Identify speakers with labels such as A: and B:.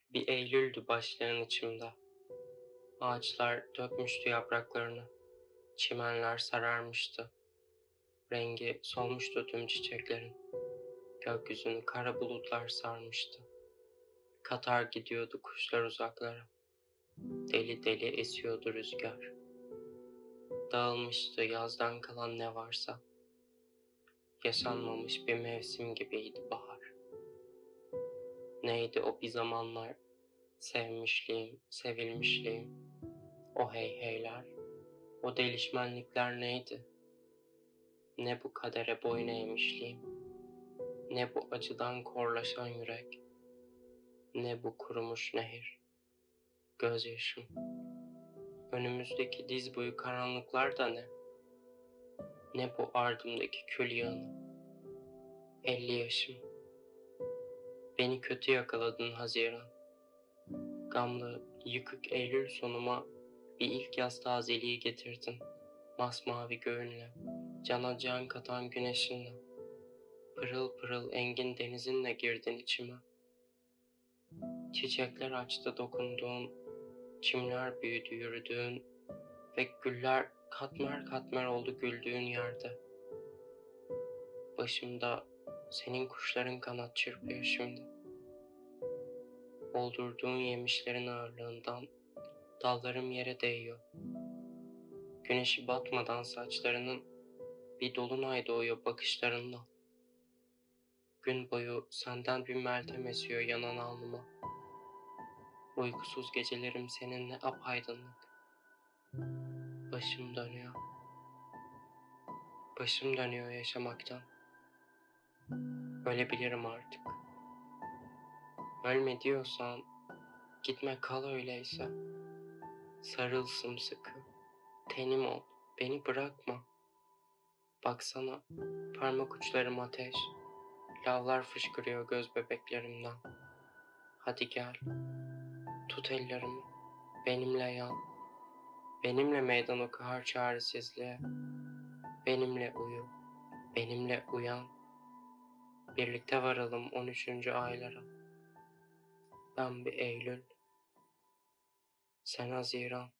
A: Bir Eylül'dü başlayan içimde. Ağaçlar dökmüştü yapraklarını. Çimenler sararmıştı. Rengi solmuştu tüm çiçeklerin. Gökyüzünü kara bulutlar sarmıştı. Katar gidiyordu kuşlar uzaklara. Deli deli esiyordu rüzgar. Dağılmıştı yazdan kalan ne varsa. Yaşanmamış bir mevsim gibiydi bahar. Neydi o bir zamanlar sevmişliğim, sevilmişliğim, o hey heyler, o delişmenlikler neydi? Ne bu kadere boyun eğmişliğim, ne bu acıdan korlaşan yürek, ne bu kurumuş nehir, gözyaşım. Önümüzdeki diz boyu karanlıklar da ne? Ne bu ardımdaki kül yığını, 50 yaşım. Beni kötü yakaladın Haziran. Gamlı, yıkık Eylül sonuma bir ilk yaz tazeliği getirdin. Masmavi göğünle, cana can katan güneşinle, pırıl pırıl engin denizinle girdin içime. Çiçekler açtı dokunduğun, çimler büyüdü yürüdüğün ve güller katmer katmer oldu güldüğün yerde. Başımda senin kuşların kanat çırpıyor şimdi. Oldurduğun yemişlerin ağırlığından dallarım yere değiyor. Güneşi batmadan saçlarının bir dolunay doğuyor bakışlarından. Gün boyu senden bir meltem esiyor yanan alnıma. Uykusuz gecelerim seninle apaydınlık. Başım dönüyor. Başım dönüyor yaşamaktan. Ölebilirim artık. Ölme diyorsan gitme kal öyleyse. Sarıl sımsıkı. Tenim ol. Beni bırakma. Baksana parmak uçlarım ateş. Lavlar fışkırıyor göz bebeklerimden. Hadi gel. Tut ellerimi. Benimle yan. Benimle meydan oku her çaresizliğe. Benimle uyu. Benimle uyan. Birlikte varalım 13. aylara. Ben bir Eylül. Sen Haziran.